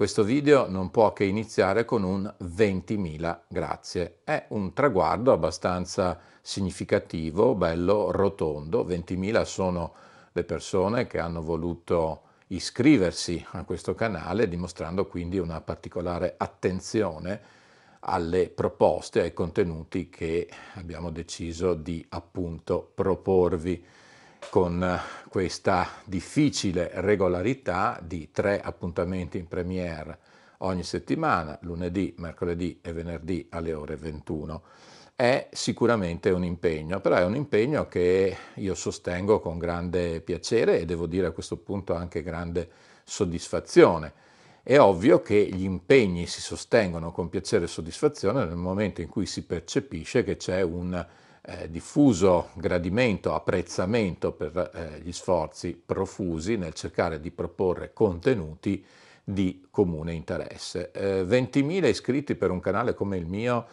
Questo video non può che iniziare con un 20.000 grazie. È un traguardo abbastanza significativo, bello, rotondo. 20.000 sono le persone che hanno voluto iscriversi a questo canale, dimostrando quindi una particolare attenzione alle proposte, ai contenuti che abbiamo deciso di appunto proporvi con questa difficile regolarità di 3 appuntamenti in premiere ogni settimana, lunedì, mercoledì e venerdì alle ore 21. È sicuramente un impegno, però è un impegno che io sostengo con grande piacere e devo dire a questo punto anche grande soddisfazione. È ovvio che gli impegni si sostengono con piacere e soddisfazione nel momento in cui si percepisce che c'è un diffuso gradimento, apprezzamento per gli sforzi profusi nel cercare di proporre contenuti di comune interesse. 20.000 iscritti per un canale come il mio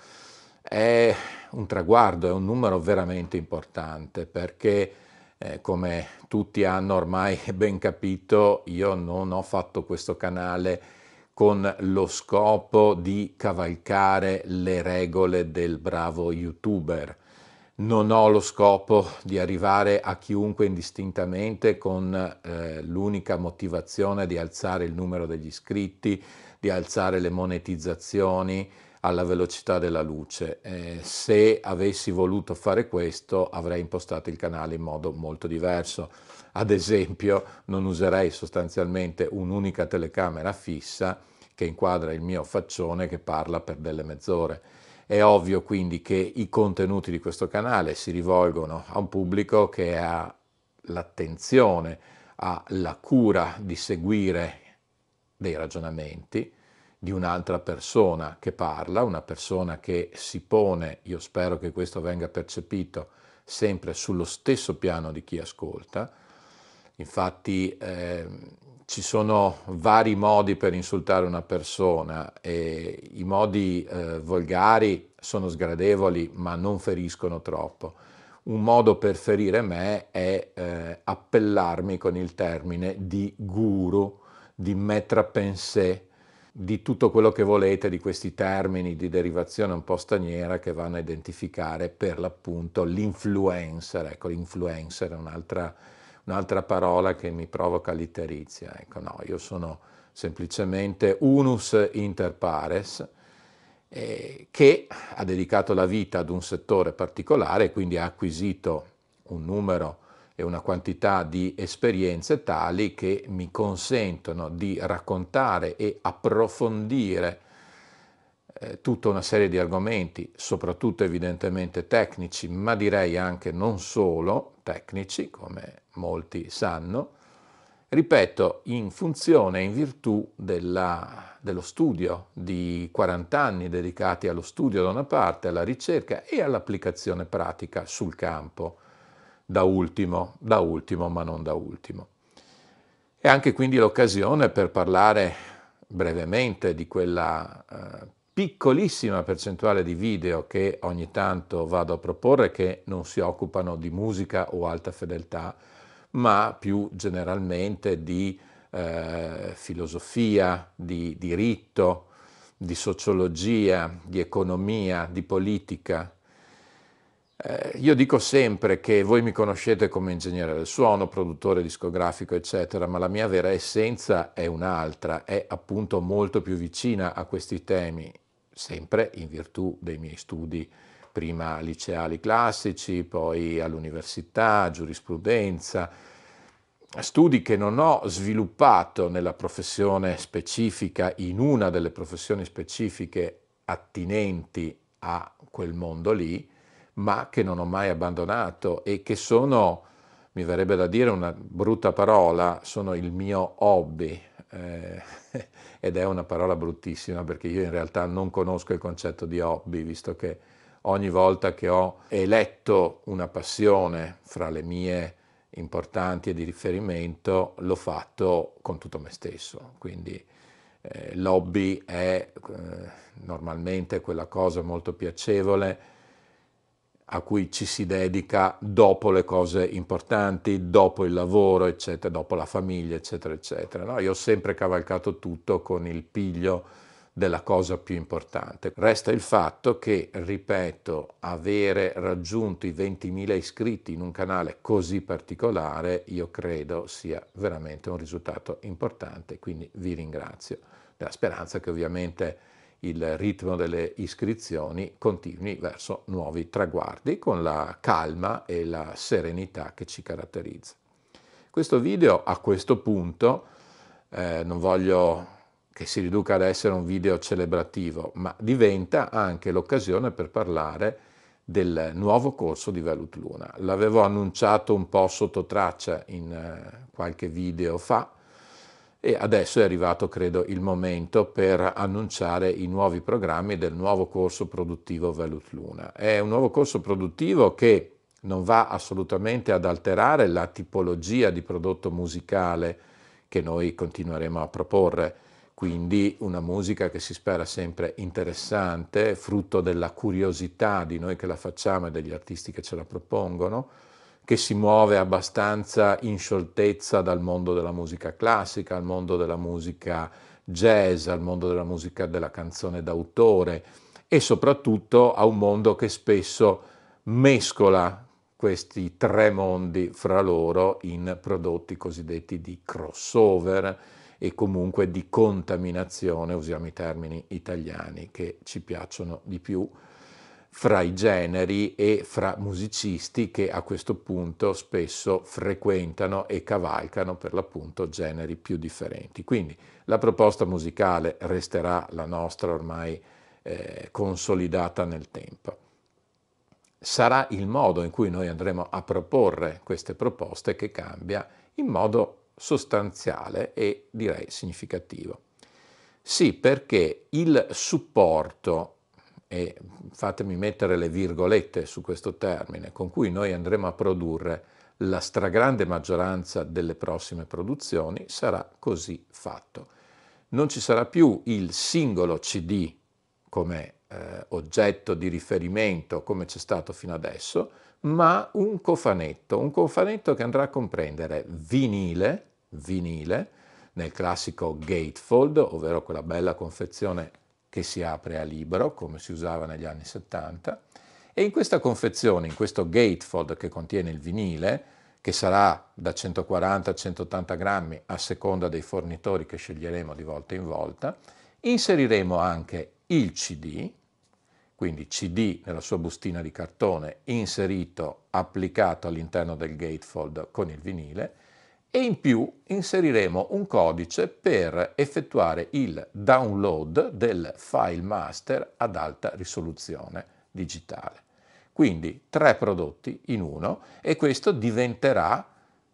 è un traguardo, è un numero veramente importante perché come tutti hanno ormai ben capito, io non ho fatto questo canale con lo scopo di cavalcare le regole del bravo youtuber. Non ho lo scopo di arrivare a chiunque indistintamente con l'unica motivazione di alzare il numero degli iscritti, di alzare le monetizzazioni alla velocità della luce. Se avessi voluto fare questo avrei impostato il canale in modo molto diverso. Ad esempio, non userei sostanzialmente un'unica telecamera fissa che inquadra il mio faccione che parla per delle mezz'ore. È ovvio quindi che i contenuti di questo canale si rivolgono a un pubblico che ha l'attenzione, ha la cura di seguire dei ragionamenti di un'altra persona che parla, una persona che si pone, io spero che questo venga percepito, sempre sullo stesso piano di chi ascolta. Infatti ci sono vari modi per insultare una persona e i modi volgari sono sgradevoli ma non feriscono troppo. Un modo per ferire me è appellarmi con il termine di guru, di maître à penser, di tutto quello che volete di questi termini di derivazione un po' straniera che vanno a identificare per l'appunto l'influencer. Ecco, l'influencer è un'altra parola che mi provoca l'itterizia. Ecco, no, io sono semplicemente unus inter pares, che ha dedicato la vita ad un settore particolare e quindi ha acquisito un numero e una quantità di esperienze tali che mi consentono di raccontare e approfondire tutta una serie di argomenti, soprattutto evidentemente tecnici, ma direi anche non solo tecnici, come molti sanno, ripeto, in funzione e in virtù dello studio di 40 anni dedicati allo studio da una parte, alla ricerca e all'applicazione pratica sul campo, da ultimo ma non da ultimo. E anche quindi l'occasione per parlare brevemente di quella piccolissima percentuale di video che ogni tanto vado a proporre che non si occupano di musica o alta fedeltà, ma più generalmente di filosofia, di diritto, di sociologia, di economia, di politica. Io dico sempre che voi mi conoscete come ingegnere del suono, produttore discografico, eccetera, ma la mia vera essenza è un'altra, è appunto molto più vicina a questi temi, sempre in virtù dei miei studi prima liceali classici, poi all'università, giurisprudenza, studi che non ho sviluppato nella professione specifica, in una delle professioni specifiche attinenti a quel mondo lì, ma che non ho mai abbandonato e che sono, mi verrebbe da dire una brutta parola, sono il mio hobby. Ed è una parola bruttissima perché io in realtà non conosco il concetto di hobby, visto che ogni volta che ho eletto una passione fra le mie importanti e di riferimento, l'ho fatto con tutto me stesso. Quindi l'hobby è normalmente quella cosa molto piacevole a cui ci si dedica dopo le cose importanti, dopo il lavoro, eccetera, dopo la famiglia, eccetera, eccetera, no? Io ho sempre cavalcato tutto con il piglio della cosa più importante. Resta il fatto che, ripeto, avere raggiunto i 20.000 iscritti in un canale così particolare, io credo sia veramente un risultato importante, quindi vi ringrazio, nella speranza che ovviamente il ritmo delle iscrizioni continui verso nuovi traguardi con la calma e la serenità che ci caratterizza. Questo video a questo punto non voglio che si riduca ad essere un video celebrativo, ma diventa anche l'occasione per parlare del nuovo corso di Velut Luna. L'avevo annunciato un po' sotto traccia in qualche video fa, e adesso è arrivato, credo, il momento per annunciare i nuovi programmi del nuovo corso produttivo Velut Luna. È un nuovo corso produttivo che non va assolutamente ad alterare la tipologia di prodotto musicale che noi continueremo a proporre, quindi una musica che si spera sempre interessante, frutto della curiosità di noi che la facciamo e degli artisti che ce la propongono, che si muove abbastanza in scioltezza dal mondo della musica classica, al mondo della musica jazz, al mondo della musica della canzone d'autore e soprattutto a un mondo che spesso mescola questi tre mondi fra loro in prodotti cosiddetti di crossover e comunque di contaminazione, usiamo i termini italiani che ci piacciono di più, fra i generi e fra musicisti che a questo punto spesso frequentano e cavalcano per l'appunto generi più differenti. Quindi la proposta musicale resterà la nostra ormai consolidata nel tempo. Sarà il modo in cui noi andremo a proporre queste proposte che cambia in modo sostanziale e direi significativo. Sì, perché il supporto, e fatemi mettere le virgolette su questo termine, con cui noi andremo a produrre la stragrande maggioranza delle prossime produzioni sarà così fatto. Non ci sarà più il singolo CD come oggetto di riferimento come c'è stato fino adesso, ma un cofanetto che andrà a comprendere vinile nel classico gatefold, ovvero quella bella confezione che si apre a libro, come si usava negli anni 70, e in questa confezione, in questo gatefold che contiene il vinile, che sarà da 140 a 180 grammi a seconda dei fornitori che sceglieremo di volta in volta, inseriremo anche il CD, quindi CD nella sua bustina di cartone inserito, applicato all'interno del gatefold con il vinile, e in più inseriremo un codice per effettuare il download del file master ad alta risoluzione digitale. Quindi 3 prodotti in uno, e questo diventerà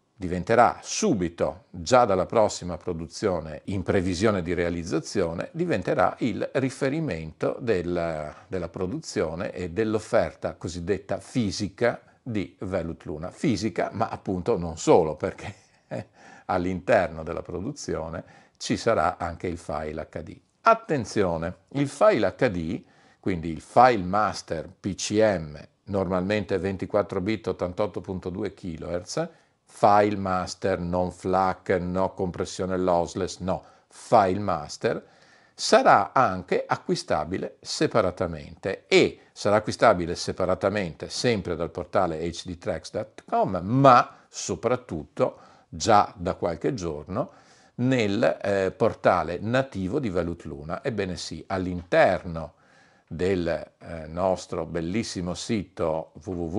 subito, già dalla prossima produzione in previsione di realizzazione, diventerà il riferimento della produzione e dell'offerta cosiddetta fisica di Velut Luna. Fisica, ma appunto non solo, perché all'interno della produzione ci sarà anche il file HD. Attenzione, il file HD, quindi il file master PCM, normalmente 24 bit 88.2 kHz, file master, non FLAC, no compressione lossless, no, file master, sarà anche acquistabile separatamente, e sarà acquistabile separatamente sempre dal portale hdtracks.com, ma soprattutto già da qualche giorno nel portale nativo di Velut Luna. Ebbene sì, all'interno del nostro bellissimo sito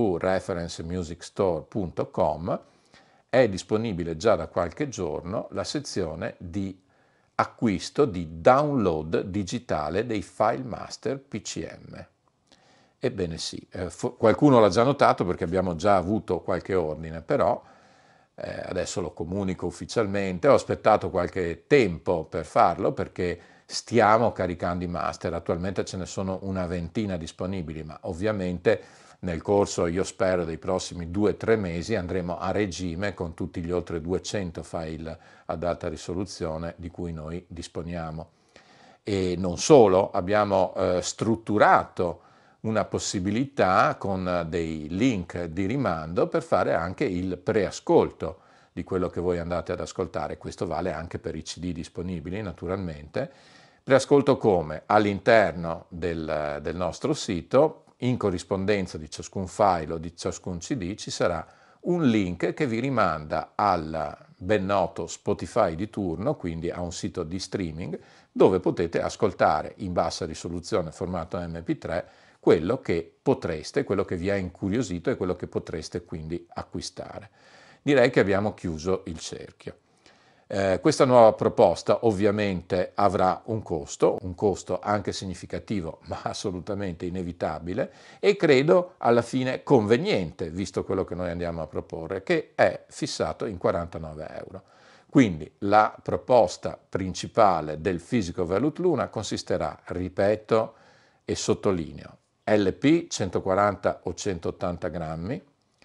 www.referencemusicstore.com è disponibile già da qualche giorno la sezione di acquisto di download digitale dei file master PCM. Ebbene sì, qualcuno l'ha già notato perché abbiamo già avuto qualche ordine, però adesso lo comunico ufficialmente. Ho aspettato qualche tempo per farlo perché stiamo caricando i master, attualmente ce ne sono una ventina disponibili, ma ovviamente nel corso, io spero, dei prossimi 2-3 mesi andremo a regime con tutti gli oltre 200 file ad alta risoluzione di cui noi disponiamo. E non solo, abbiamo strutturato una possibilità con dei link di rimando per fare anche il preascolto di quello che voi andate ad ascoltare. Questo vale anche per i CD disponibili, naturalmente. Preascolto come? All'interno del nostro sito, in corrispondenza di ciascun file o di ciascun CD, ci sarà un link che vi rimanda al ben noto Spotify di turno, quindi a un sito di streaming, dove potete ascoltare in bassa risoluzione formato MP3 quello che potreste, quello che vi ha incuriosito e quello che potreste quindi acquistare. Direi che abbiamo chiuso il cerchio. Questa nuova proposta ovviamente avrà un costo anche significativo, ma assolutamente inevitabile, e credo alla fine conveniente, visto quello che noi andiamo a proporre, che è fissato in 49 euro. Quindi la proposta principale del Physical Velout Luna consisterà, ripeto e sottolineo, LP 140 o 180 grammi,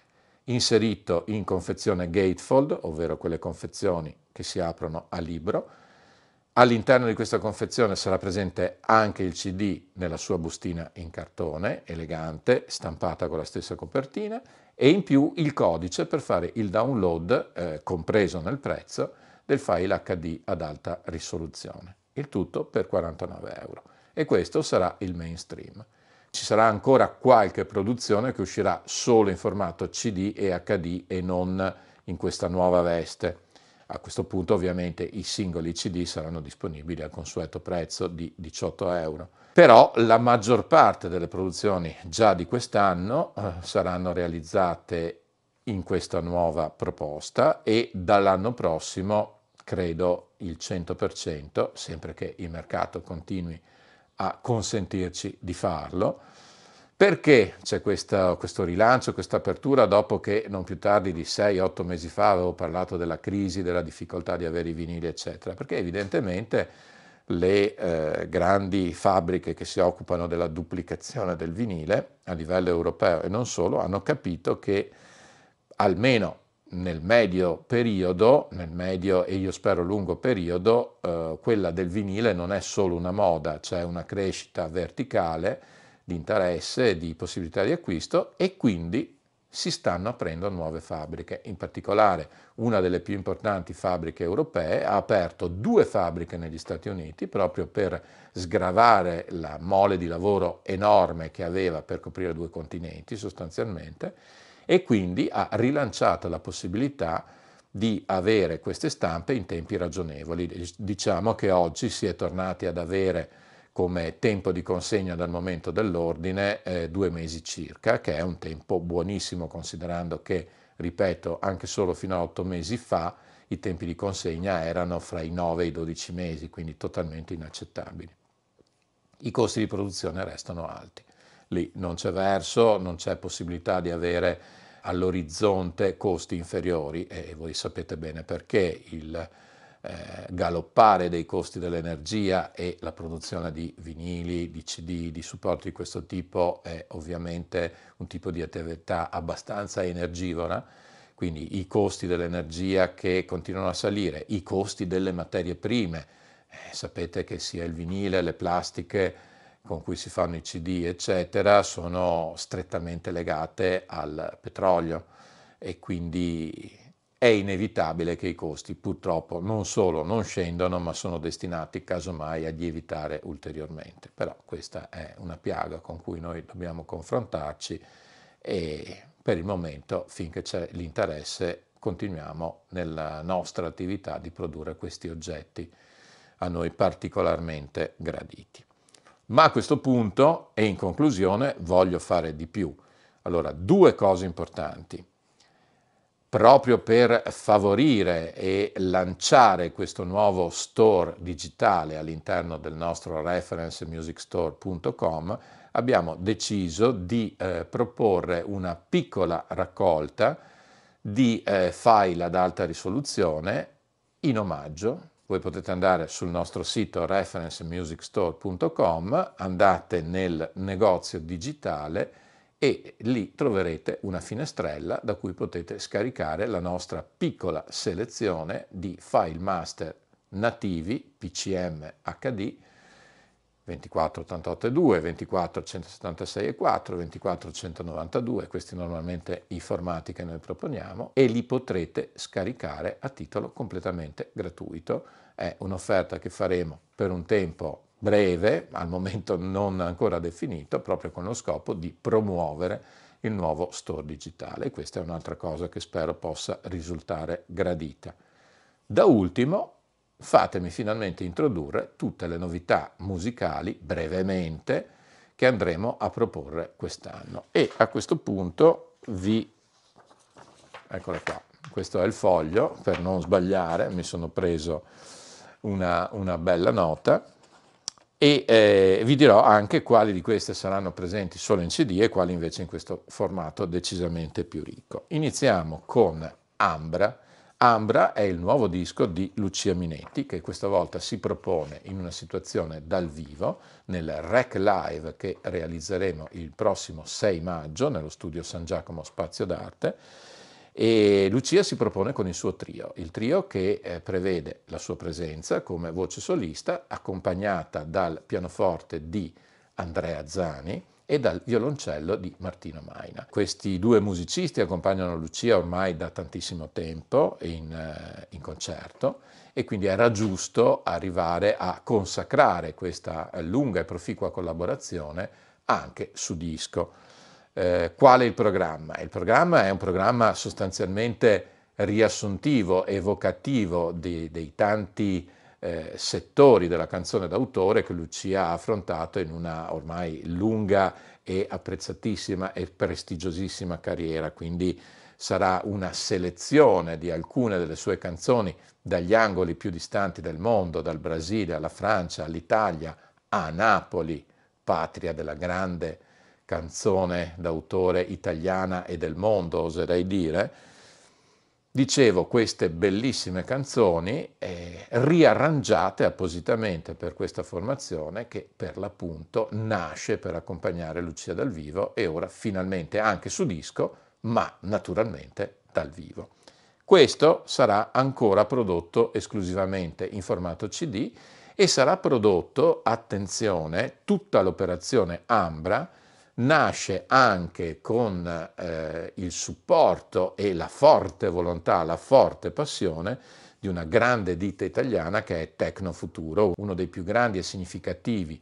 inserito in confezione gatefold, ovvero quelle confezioni che si aprono a libro. All'interno di questa confezione sarà presente anche il CD nella sua bustina in cartone, elegante, stampata con la stessa copertina, e in più il codice per fare il download, compreso nel prezzo, del file HD ad alta risoluzione. Il tutto per 49 euro. E questo sarà il mainstream. Ci sarà ancora qualche produzione che uscirà solo in formato CD e HD e non in questa nuova veste. A questo punto ovviamente i singoli CD saranno disponibili al consueto prezzo di 18 euro. Però la maggior parte delle produzioni già di quest'anno saranno realizzate in questa nuova proposta e dall'anno prossimo credo il 100%, sempre che il mercato continui a consentirci di farlo. Perché c'è questo rilancio, questa apertura, dopo che non più tardi di 6-8 mesi fa avevo parlato della crisi, della difficoltà di avere i vinili, eccetera? Perché evidentemente le grandi fabbriche che si occupano della duplicazione del vinile a livello europeo e non solo hanno capito che almeno nel medio periodo, nel medio e io spero lungo periodo, quella del vinile non è solo una moda, c'è una crescita verticale di interesse, di possibilità di acquisto e quindi si stanno aprendo nuove fabbriche. In particolare una delle più importanti fabbriche europee ha aperto 2 fabbriche negli Stati Uniti proprio per sgravare la mole di lavoro enorme che aveva per coprire 2 continenti sostanzialmente, e quindi ha rilanciato la possibilità di avere queste stampe in tempi ragionevoli. Diciamo che oggi si è tornati ad avere come tempo di consegna dal momento dell'ordine 2 mesi circa, che è un tempo buonissimo considerando che, ripeto, anche solo fino a 8 mesi fa i tempi di consegna erano fra i 9 e i 12 mesi, quindi totalmente inaccettabili. I costi di produzione restano alti. Lì non c'è verso, non c'è possibilità di avere all'orizzonte costi inferiori e voi sapete bene perché il galoppare dei costi dell'energia e la produzione di vinili, di CD, di supporti di questo tipo è ovviamente un tipo di attività abbastanza energivora, quindi i costi dell'energia che continuano a salire, i costi delle materie prime, sapete che sia il vinile, le plastiche con cui si fanno i CD, eccetera, sono strettamente legate al petrolio e quindi è inevitabile che i costi purtroppo non solo non scendono, ma sono destinati casomai a lievitare ulteriormente. Però questa è una piaga con cui noi dobbiamo confrontarci e per il momento, finché c'è l'interesse, continuiamo nella nostra attività di produrre questi oggetti a noi particolarmente graditi. Ma a questo punto e in conclusione voglio fare di più. Allora, 2 cose importanti. Proprio per favorire e lanciare questo nuovo store digitale all'interno del nostro referencemusicstore.com abbiamo deciso di proporre una piccola raccolta di file ad alta risoluzione in omaggio. Voi potete andare sul nostro sito referencemusicstore.com, andate nel negozio digitale e lì troverete una finestrella da cui potete scaricare la nostra piccola selezione di file master nativi PCM HD 2488,2, 24.176,4, 24.192, questi normalmente i formati che noi proponiamo, e li potrete scaricare a titolo completamente gratuito. È un'offerta che faremo per un tempo breve, al momento non ancora definito, proprio con lo scopo di promuovere il nuovo store digitale. Questa è un'altra cosa che spero possa risultare gradita. Da ultimo, fatemi finalmente introdurre tutte le novità musicali, brevemente, che andremo a proporre quest'anno. E a questo punto eccola qua, questo è il foglio, per non sbagliare, mi sono preso una bella nota, e vi dirò anche quali di queste saranno presenti solo in CD e quali invece in questo formato decisamente più ricco. Iniziamo con Ambra. Ambra è il nuovo disco di Lucia Minetti, che questa volta si propone in una situazione dal vivo nel Rec Live che realizzeremo il prossimo 6 maggio nello studio San Giacomo Spazio d'Arte. E Lucia si propone con il suo trio, il trio che prevede la sua presenza come voce solista accompagnata dal pianoforte di Andrea Zani e dal violoncello di Martino Maina. Questi due musicisti accompagnano Lucia ormai da tantissimo tempo in concerto, e quindi era giusto arrivare a consacrare questa lunga e proficua collaborazione anche su disco. Qual è il programma? Il programma è un programma sostanzialmente riassuntivo, evocativo dei tanti settori della canzone d'autore che Lucia ha affrontato in una ormai lunga e apprezzatissima e prestigiosissima carriera, quindi sarà una selezione di alcune delle sue canzoni dagli angoli più distanti del mondo, dal Brasile alla Francia, all'Italia, a Napoli, patria della grande canzone d'autore italiana e del mondo, oserei dire. Dicevo, queste bellissime canzoni riarrangiate appositamente per questa formazione che per l'appunto nasce per accompagnare Lucia dal vivo e ora finalmente anche su disco, ma naturalmente dal vivo. Questo sarà ancora prodotto esclusivamente in formato CD e sarà prodotto, attenzione, tutta l'operazione Ambra nasce anche con il supporto e la forte volontà, la forte passione di una grande ditta italiana che è Tecnofuturo, uno dei più grandi e significativi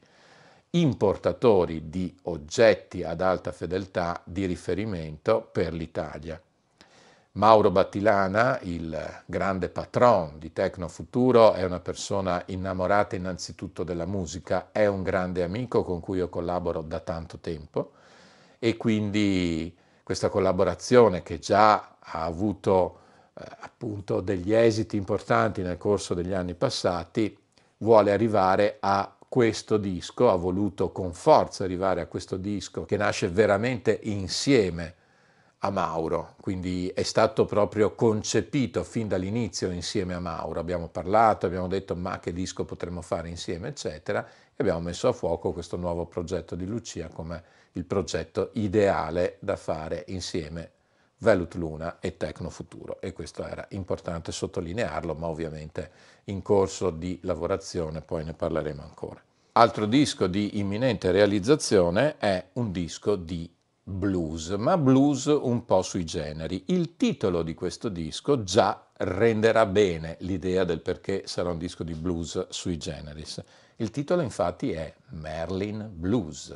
importatori di oggetti ad alta fedeltà di riferimento per l'Italia. Mauro Battilana, il grande patron di Tecnofuturo, è una persona innamorata innanzitutto della musica, è un grande amico con cui io collaboro da tanto tempo, e quindi questa collaborazione, che già ha avuto appunto degli esiti importanti nel corso degli anni passati, vuole arrivare a questo disco, ha voluto con forza arrivare a questo disco che nasce veramente insieme a Mauro, quindi è stato proprio concepito fin dall'inizio insieme a Mauro. Abbiamo parlato, abbiamo detto ma che disco potremmo fare insieme, eccetera, e abbiamo messo a fuoco questo nuovo progetto di Lucia come il progetto ideale da fare insieme Velut Luna e Tecnofuturo, e questo era importante sottolinearlo, ma ovviamente in corso di lavorazione poi ne parleremo ancora. Altro disco di imminente realizzazione è un disco di blues, ma blues un po' sui generi. Il titolo di questo disco già renderà bene l'idea del perché sarà un disco di blues sui generis. Il titolo infatti è Merlin Blues.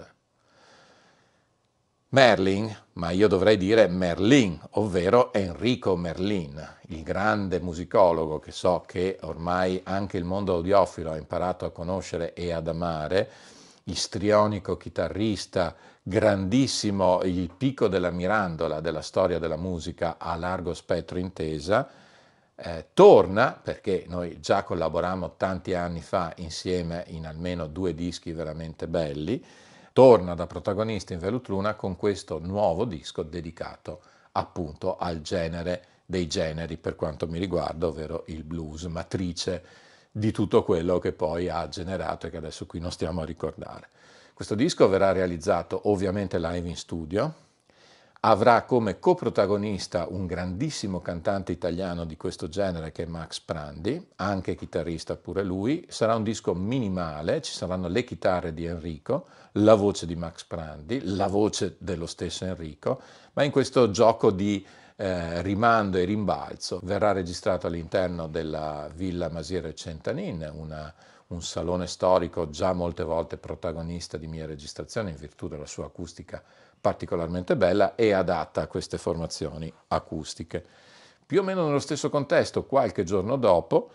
Merlin, ma io dovrei dire Merlin, ovvero Enrico Merlin, il grande musicologo che so che ormai anche il mondo audiofilo ha imparato a conoscere e ad amare, istrionico chitarrista, grandissimo, il picco della mirandola della storia della musica a largo spettro intesa, torna, perché noi già collaborammo tanti anni fa insieme in almeno 2 dischi veramente belli, torna da protagonista in Velut Luna con questo nuovo disco dedicato appunto al genere dei generi per quanto mi riguarda, ovvero il blues, matrice di tutto quello che poi ha generato e che adesso qui non stiamo a ricordare. Questo disco verrà realizzato ovviamente live in studio, avrà come coprotagonista un grandissimo cantante italiano di questo genere che è Max Prandi, anche chitarrista pure lui. Sarà un disco minimale, ci saranno le chitarre di Enrico, la voce di Max Prandi, la voce dello stesso Enrico, ma in questo gioco di rimando e rimbalzo verrà registrato all'interno della Villa Masiero e Centanin, un salone storico già molte volte protagonista di mie registrazioni in virtù della sua acustica particolarmente bella e adatta a queste formazioni acustiche. Più o meno nello stesso contesto, qualche giorno dopo,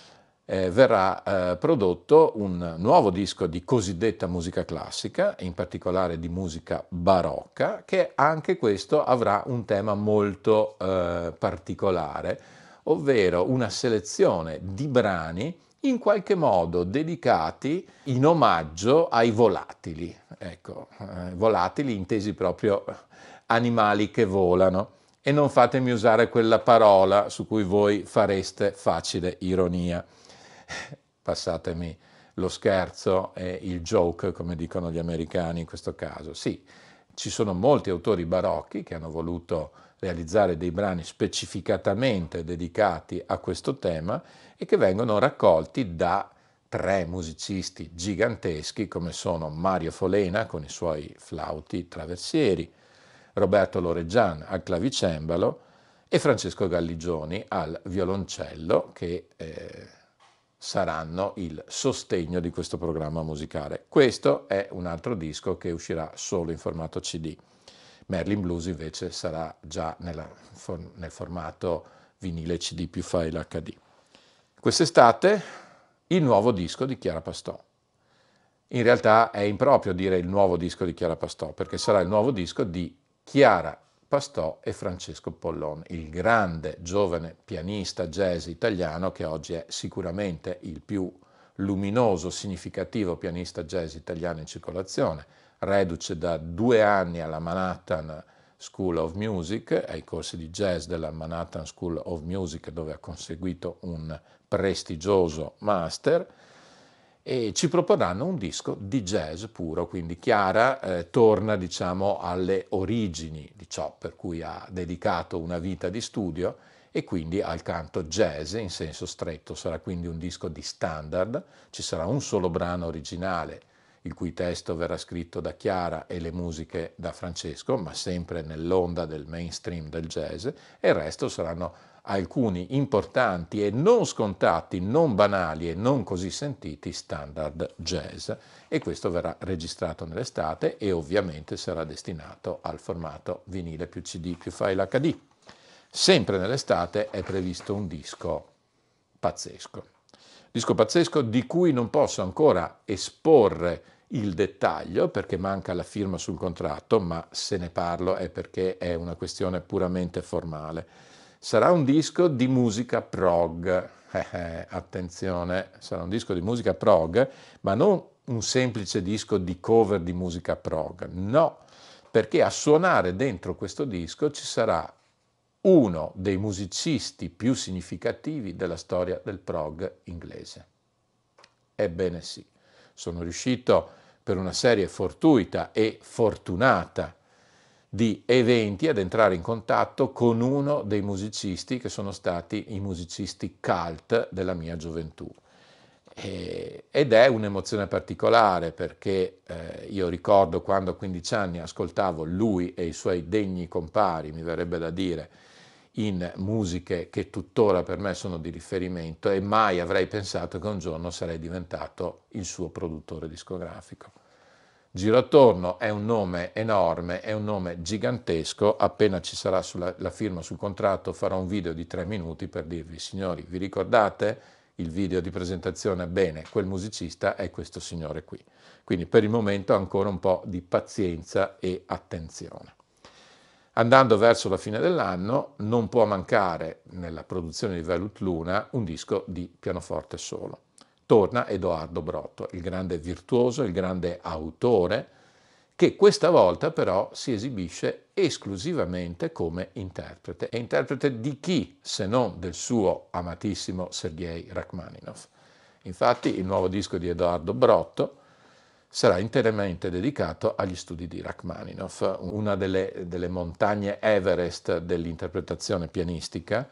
verrà prodotto un nuovo disco di cosiddetta musica classica, in particolare di musica barocca, che anche questo avrà un tema molto particolare, ovvero una selezione di brani in qualche modo dedicati in omaggio ai volatili, ecco, volatili intesi proprio animali che volano. E non fatemi usare quella parola su cui voi fareste facile ironia. Passatemi lo scherzo e il joke, come dicono gli americani in questo caso. Sì, ci sono molti autori barocchi che hanno voluto realizzare dei brani specificatamente dedicati a questo tema e che vengono raccolti da tre musicisti giganteschi come sono Mario Folena con i suoi flauti traversieri, Roberto Loreggian al clavicembalo e Francesco Galligioni al violoncello che saranno il sostegno di questo programma musicale. Questo è un altro disco che uscirà solo in formato CD. Merlin Blues invece sarà già nel formato vinile CD più file HD. Quest'estate il nuovo disco di Chiara Pastò. In realtà è improprio dire il nuovo disco di Chiara Pastò, perché sarà il nuovo disco di Chiara Pastò e Francesco Pollon, il grande giovane pianista jazz italiano che oggi è sicuramente il più luminoso, significativo pianista jazz italiano in circolazione, reduce da 2 anni alla Manhattan School of Music, ai corsi di jazz della Manhattan School of Music, dove ha conseguito un prestigioso master, e ci proporranno un disco di jazz puro, quindi Chiara torna diciamo alle origini di ciò per cui ha dedicato una vita di studio e quindi al canto jazz in senso stretto. Sarà quindi un disco di standard, ci sarà un solo brano originale il cui testo verrà scritto da Chiara e le musiche da Francesco, ma sempre nell'onda del mainstream del jazz, e il resto saranno alcuni importanti e non scontati, non banali e non così sentiti standard jazz, e questo verrà registrato nell'estate e ovviamente sarà destinato al formato vinile più CD più file HD. Sempre nell'estate è previsto un disco pazzesco di cui non posso ancora esporre il dettaglio perché manca la firma sul contratto, ma se ne parlo è perché è una questione puramente formale. Sarà un disco di musica prog, attenzione, sarà un disco di musica prog, ma non un semplice disco di cover di musica prog, no, perché a suonare dentro questo disco ci sarà uno dei musicisti più significativi della storia del prog inglese. Ebbene sì, sono riuscito per una serie fortuita e fortunata di eventi ad entrare in contatto con uno dei musicisti che sono stati i musicisti cult della mia gioventù. Ed è un'emozione particolare perché io ricordo quando a 15 anni ascoltavo lui e i suoi degni compari, mi verrebbe da dire, in musiche che tuttora per me sono di riferimento e mai avrei pensato che un giorno sarei diventato il suo produttore discografico. Giro attorno è un nome enorme, è un nome gigantesco, appena ci sarà la firma sul contratto farò un video di 3 minuti per dirvi signori, vi ricordate il video di presentazione? Bene, quel musicista è questo signore qui. Quindi per il momento ancora un po' di pazienza e attenzione. Andando verso la fine dell'anno non può mancare nella produzione di Velut Luna un disco di pianoforte solo. Torna Edoardo Brotto, il grande virtuoso, il grande autore, che questa volta però si esibisce esclusivamente come interprete. E interprete di chi se non del suo amatissimo Sergei Rachmaninov. Infatti il nuovo disco di Edoardo Brotto sarà interamente dedicato agli studi di Rachmaninoff, una delle montagne Everest dell'interpretazione pianistica,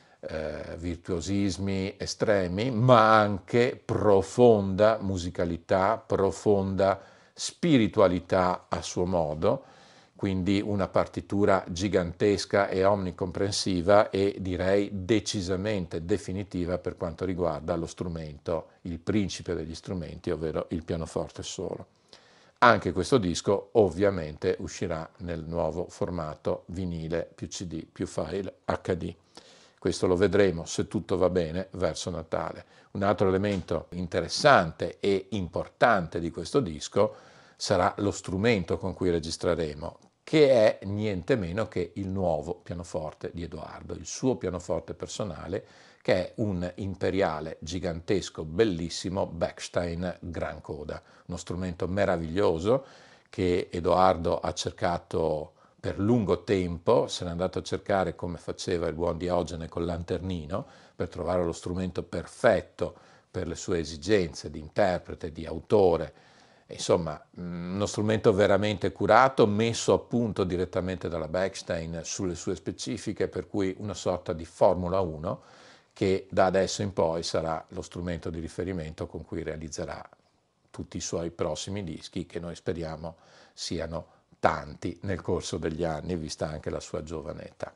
virtuosismi estremi, ma anche profonda musicalità, profonda spiritualità a suo modo, quindi una partitura gigantesca e omnicomprensiva e direi decisamente definitiva per quanto riguarda lo strumento, il principe degli strumenti, ovvero il pianoforte solo. Anche questo disco ovviamente uscirà nel nuovo formato vinile più CD più file HD. Questo lo vedremo, se tutto va bene, verso Natale. Un altro elemento interessante e importante di questo disco sarà lo strumento con cui registreremo, che è niente meno che il nuovo pianoforte di Edoardo, il suo pianoforte personale, che è un imperiale gigantesco, bellissimo Bechstein Gran Coda, uno strumento meraviglioso che Edoardo ha cercato per lungo tempo, se n'è andato a cercare come faceva il buon Diogene col lanternino, per trovare lo strumento perfetto per le sue esigenze di interprete, di autore. Insomma, uno strumento veramente curato, messo a punto direttamente dalla Bechstein sulle sue specifiche, per cui una sorta di Formula 1 che da adesso in poi sarà lo strumento di riferimento con cui realizzerà tutti i suoi prossimi dischi, che noi speriamo siano tanti nel corso degli anni, vista anche la sua giovane età.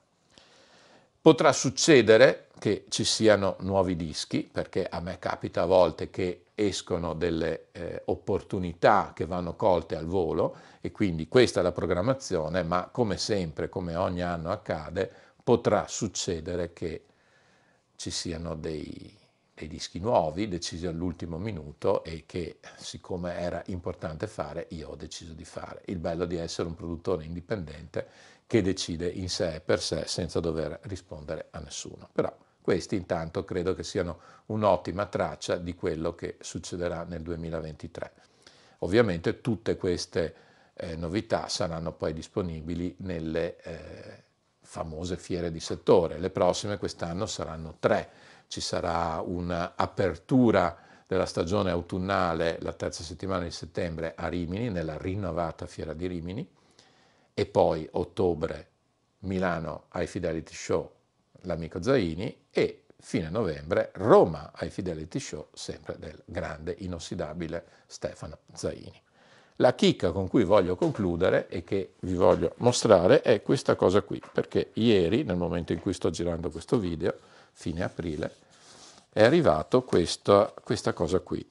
Potrà succedere che ci siano nuovi dischi, perché a me capita a volte che escono delle opportunità che vanno colte al volo e quindi questa è la programmazione, ma come sempre, come ogni anno accade, potrà succedere che ci siano dei dischi nuovi decisi all'ultimo minuto e che, siccome era importante fare, io ho deciso di fare. Il bello di essere un produttore indipendente che decide in sé e per sé senza dover rispondere a nessuno. Però questi intanto credo che siano un'ottima traccia di quello che succederà nel 2023. Ovviamente tutte queste novità saranno poi disponibili nelle famose fiere di settore. Le prossime quest'anno saranno 3. Ci sarà un'apertura della stagione autunnale la terza settimana di settembre a Rimini, nella rinnovata Fiera di Rimini, e poi ottobre Milano ai Fidelity Show l'amico Zaini e fine novembre Roma ai Fidelity Show sempre del grande inossidabile Stefano Zaini. La chicca con cui voglio concludere e che vi voglio mostrare è questa cosa qui, perché ieri, nel momento in cui sto girando questo video, fine aprile, è arrivato questa cosa qui.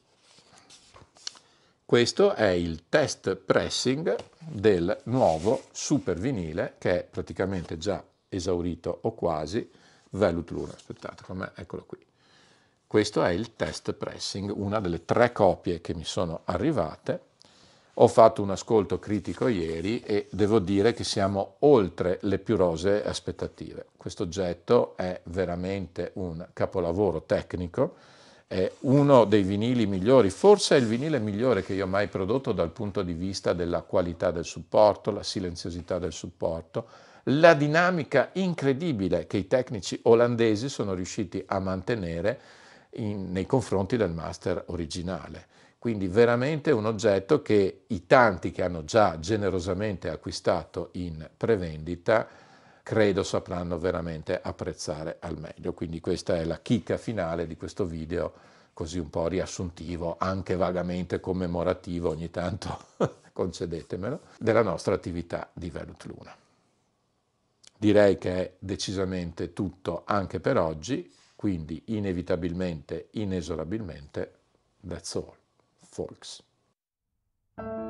Questo è il test pressing del nuovo super vinile che è praticamente già esaurito o quasi, Velut Luna. Aspettate, com'è? Eccolo qui. Questo è il test pressing, una delle 3 copie che mi sono arrivate. Ho fatto un ascolto critico ieri e devo dire che siamo oltre le più rosee aspettative. Questo oggetto è veramente un capolavoro tecnico, è uno dei vinili migliori, forse è il vinile migliore che io ho mai prodotto dal punto di vista della qualità del supporto, la silenziosità del supporto, la dinamica incredibile che i tecnici olandesi sono riusciti a mantenere nei confronti del master originale. Quindi veramente un oggetto che i tanti che hanno già generosamente acquistato in prevendita credo sapranno veramente apprezzare al meglio. Quindi questa è la chicca finale di questo video, così un po' riassuntivo, anche vagamente commemorativo ogni tanto, concedetemelo, della nostra attività di Velut Luna. Direi che è decisamente tutto anche per oggi, quindi inevitabilmente, inesorabilmente, that's all, folks.